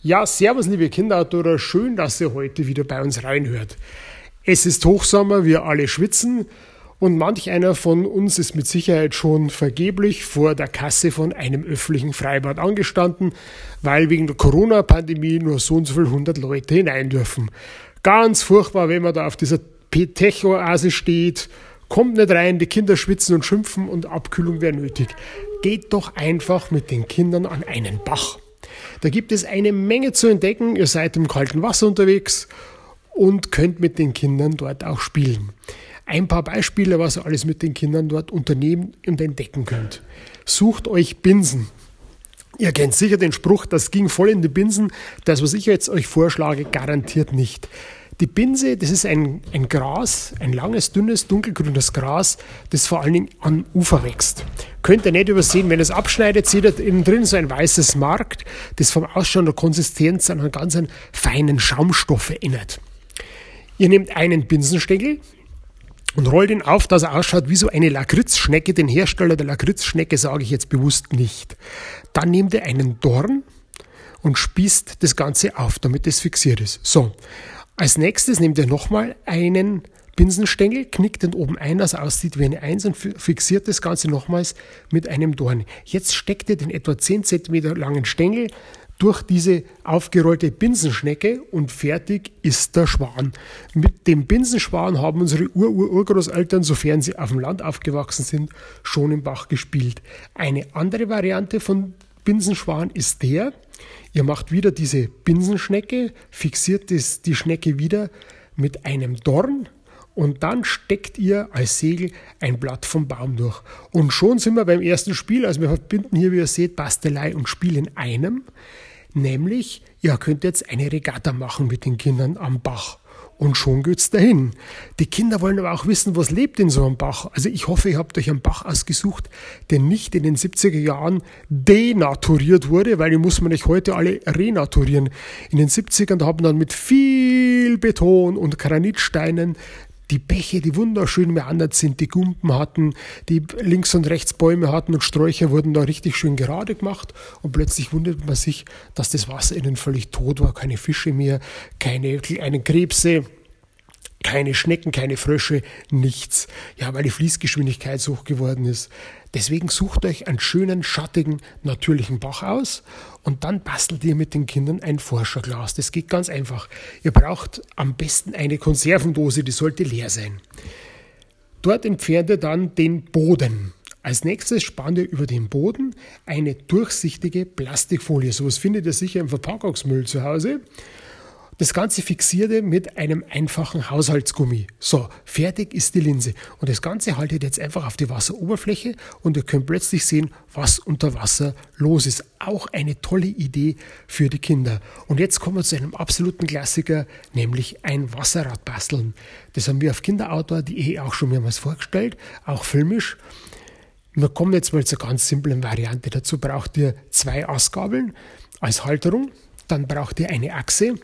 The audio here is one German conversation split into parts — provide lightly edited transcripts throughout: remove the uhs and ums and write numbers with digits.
Ja, servus liebe Kinderautoren, schön, dass ihr heute wieder bei uns reinhört. Es ist Hochsommer, wir alle schwitzen und manch einer von uns ist mit Sicherheit schon vergeblich vor der Kasse von einem öffentlichen Freibad angestanden, weil wegen der Corona-Pandemie nur so und so viele 100 Leute hinein dürfen. Ganz furchtbar, wenn man da auf dieser Tech-Oase steht, kommt nicht rein, die Kinder schwitzen und schimpfen und Abkühlung wäre nötig. Geht doch einfach mit den Kindern an einen Bach. Da gibt es eine Menge zu entdecken. Ihr seid im kalten Wasser unterwegs und könnt mit den Kindern dort auch spielen. Ein paar Beispiele, was ihr alles mit den Kindern dort unternehmen und entdecken könnt. Sucht euch Binsen. Ihr kennt sicher den Spruch, das ging voll in die Binsen. Das, was ich jetzt euch vorschlage, garantiert nicht. Die Binse, das ist ein Gras, ein langes, dünnes, dunkelgrünes Gras, das vor allen Dingen am Ufer wächst. Könnt ihr nicht übersehen, wenn ihr es abschneidet, seht ihr innen drin so ein weißes Mark, das vom Ausschauen der Konsistenz an einen ganz feinen Schaumstoff erinnert. Ihr nehmt einen Binsenstängel und rollt ihn auf, dass er ausschaut wie so eine Lakritzschnecke. Den Hersteller der Lakritzschnecke sage ich jetzt bewusst nicht. Dann nehmt ihr einen Dorn und spießt das Ganze auf, damit es fixiert ist. So. Als nächstes nehmt ihr nochmal einen Binsenstängel, knickt den oben ein, dass er aussieht wie eine Eins und fixiert das Ganze nochmals mit einem Dorn. Jetzt steckt ihr den etwa 10 cm langen Stängel durch diese aufgerollte Binsenschnecke und fertig ist der Schwan. Mit dem Binsenschwan haben unsere Urgroßeltern, sofern sie auf dem Land aufgewachsen sind, schon im Bach gespielt. Eine andere Variante von Binsenschwan ist der, ihr macht wieder diese Binsenschnecke, fixiert die Schnecke wieder mit einem Dorn und dann steckt ihr als Segel ein Blatt vom Baum durch. Und schon sind wir beim ersten Spiel, also wir verbinden hier, wie ihr seht, Bastelei und Spiel in einem, nämlich ihr könnt jetzt eine Regatta machen mit den Kindern am Bach. Und schon geht's dahin. Die Kinder wollen aber auch wissen, was lebt in so einem Bach. Also ich hoffe, ihr habt euch einen Bach ausgesucht, der nicht in den 70er Jahren denaturiert wurde, weil die muss man nicht heute alle renaturieren. In den 70ern, da haben dann mit viel Beton und Granitsteinen die Bäche, die wunderschön meandert sind, die Gumpen hatten, die links und rechts Bäume hatten und Sträucher wurden da richtig schön gerade gemacht und plötzlich wundert man sich, dass das Wasser innen völlig tot war, keine Fische mehr, keine kleinen Krebse, keine Schnecken, keine Frösche, nichts. Ja, weil die Fließgeschwindigkeit so hoch geworden ist. Deswegen sucht euch einen schönen, schattigen, natürlichen Bach aus und dann bastelt ihr mit den Kindern ein Forscherglas. Das geht ganz einfach. Ihr braucht am besten eine Konservendose, die sollte leer sein. Dort entfernt ihr dann den Boden. Als nächstes spannt ihr über den Boden eine durchsichtige Plastikfolie. Sowas findet ihr sicher im Verpackungsmüll zu Hause. Das Ganze fixiert ihr mit einem einfachen Haushaltsgummi. So, fertig ist die Linse. Und das Ganze haltet jetzt einfach auf die Wasseroberfläche und ihr könnt plötzlich sehen, was unter Wasser los ist. Auch eine tolle Idee für die Kinder. Und jetzt kommen wir zu einem absoluten Klassiker, nämlich ein Wasserrad basteln. Das haben wir auf Kinderautor.de auch schon mehrmals vorgestellt, auch filmisch. Wir kommen jetzt mal zur ganz simplen Variante. Dazu braucht ihr 2 Astgabeln als Halterung. Dann braucht ihr eine Achse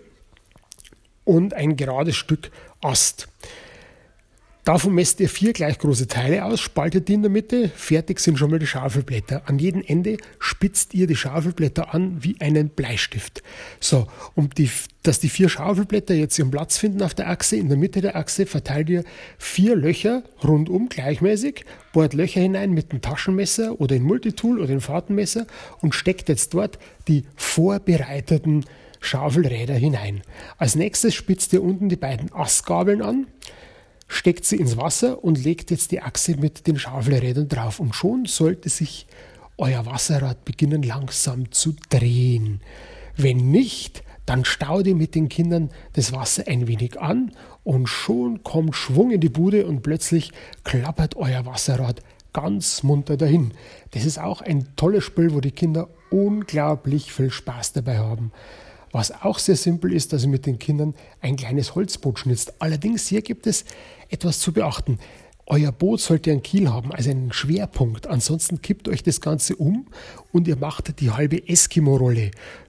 und ein gerades Stück Ast. Davon messt ihr 4 gleich große Teile aus, spaltet die in der Mitte, fertig sind schon mal die Schaufelblätter. An jedem Ende spitzt ihr die Schaufelblätter an wie einen Bleistift. So, dass die 4 Schaufelblätter jetzt ihren Platz finden auf der Achse, in der Mitte der Achse verteilt ihr 4 Löcher rundum gleichmäßig, bohrt Löcher hinein mit dem Taschenmesser oder ein Multitool oder ein Fahrtenmesser und steckt jetzt dort die vorbereiteten Schaufelräder hinein. Als nächstes spitzt ihr unten die beiden Astgabeln an, steckt sie ins Wasser und legt jetzt die Achse mit den Schaufelrädern drauf. Und schon sollte sich euer Wasserrad beginnen langsam zu drehen. Wenn nicht, dann staut ihr mit den Kindern das Wasser ein wenig an und schon kommt Schwung in die Bude und plötzlich klappert euer Wasserrad ganz munter dahin. Das ist auch ein tolles Spiel, wo die Kinder unglaublich viel Spaß dabei haben. Was auch sehr simpel ist, dass ihr mit den Kindern ein kleines Holzboot schnitzt. Allerdings hier gibt es etwas zu beachten. Euer Boot sollte einen Kiel haben, also einen Schwerpunkt. Ansonsten kippt euch das Ganze um und ihr macht die halbe Eskimo-Rolle.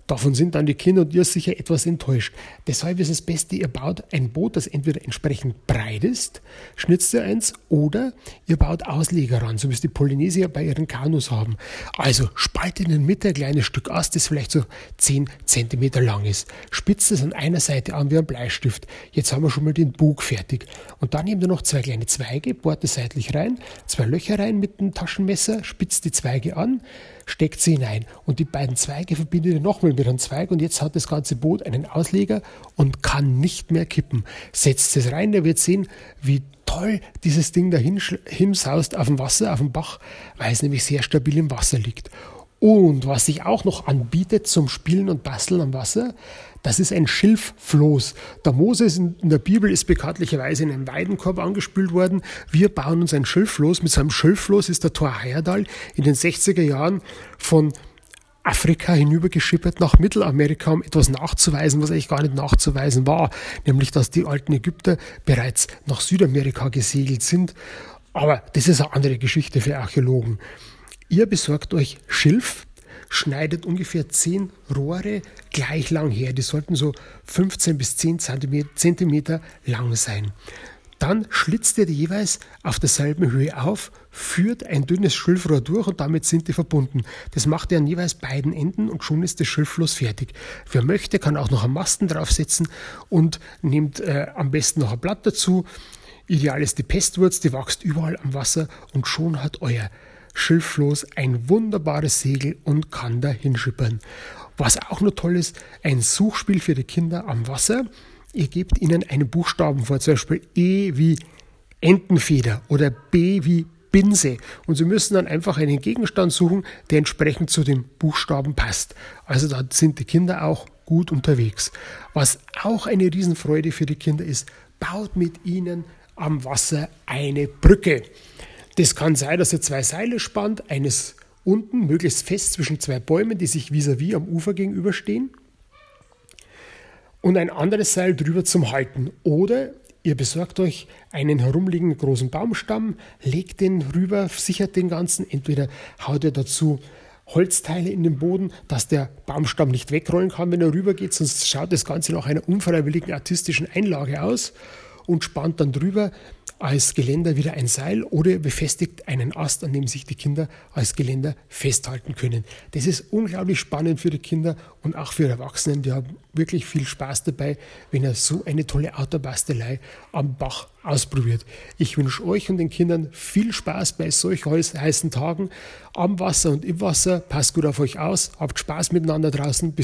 Davon sind dann die Kinder und ihr sicher etwas enttäuscht. Deshalb ist das Beste, ihr baut ein Boot, das entweder entsprechend breit ist, schnitzt ihr eins, oder ihr baut Ausleger ran, so wie es die Polynesier bei ihren Kanus haben. Also spaltet in der Mitte ein kleines Stück aus, das vielleicht so 10 cm lang ist. Spitzt es an einer Seite an wie ein Bleistift. Jetzt haben wir schon mal den Bug fertig. Und dann nehmt ihr noch 2 kleine Zweige, bohrt es seitlich rein, 2 Löcher rein mit dem Taschenmesser, spitzt die Zweige an, steckt sie hinein. Und die beiden Zweige verbindet ihr nochmal mit einem Zweig und jetzt hat das ganze Boot einen Ausleger und kann nicht mehr kippen. Setzt es rein, ihr werdet sehen, wie toll dieses Ding da hinsaust auf dem Wasser, auf dem Bach, weil es nämlich sehr stabil im Wasser liegt. Und was sich auch noch anbietet zum Spielen und Basteln am Wasser, das ist ein Schilffloß. Der Moses in der Bibel ist bekanntlicherweise in einem Weidenkorb angespült worden. Wir bauen uns ein Schilffloß. Mit so einem Schilffloß ist der Thor Heyerdahl in den 60er Jahren von Afrika hinübergeschippert nach Mittelamerika, um etwas nachzuweisen, was eigentlich gar nicht nachzuweisen war. Nämlich, dass die alten Ägypter bereits nach Südamerika gesegelt sind. Aber das ist eine andere Geschichte für Archäologen. Ihr besorgt euch Schilf, schneidet ungefähr 10 Rohre gleich lang her. Die sollten so 15 bis 10 Zentimeter lang sein. Dann schlitzt ihr die jeweils auf derselben Höhe auf, führt ein dünnes Schilfrohr durch und damit sind die verbunden. Das macht ihr an jeweils beiden Enden und schon ist das Schilffloß fertig. Wer möchte, kann auch noch einen Masten draufsetzen und nimmt am besten noch ein Blatt dazu. Ideal ist die Pestwurz, die wächst überall am Wasser und schon hat euer Schilffloß ein wunderbares Segel und kann da hinschippern. Was auch noch toll ist, ein Suchspiel für die Kinder am Wasser. Ihr gebt ihnen einen Buchstaben vor, zum Beispiel E wie Entenfeder oder B wie Binse. Und sie müssen dann einfach einen Gegenstand suchen, der entsprechend zu dem Buchstaben passt. Also da sind die Kinder auch gut unterwegs. Was auch eine Riesenfreude für die Kinder ist, baut mit ihnen am Wasser eine Brücke. Das kann sein, dass ihr 2 Seile spannt, eines unten, möglichst fest zwischen 2 Bäumen, die sich vis-à-vis am Ufer gegenüberstehen, und ein anderes Seil drüber zum Halten. Oder ihr besorgt euch einen herumliegenden großen Baumstamm, legt den rüber, sichert den ganzen, entweder haut ihr dazu Holzteile in den Boden, dass der Baumstamm nicht wegrollen kann, wenn er rübergeht, sonst schaut das Ganze nach einer unfreiwilligen artistischen Einlage aus, und spannt dann drüber als Geländer wieder ein Seil oder befestigt einen Ast, an dem sich die Kinder als Geländer festhalten können. Das ist unglaublich spannend für die Kinder und auch für die Erwachsenen. Die haben wirklich viel Spaß dabei, wenn er so eine tolle Outdoor-Bastelei am Bach ausprobiert. Ich wünsche euch und den Kindern viel Spaß bei solch heißen Tagen am Wasser und im Wasser. Passt gut auf euch aus, habt Spaß miteinander draußen. Bis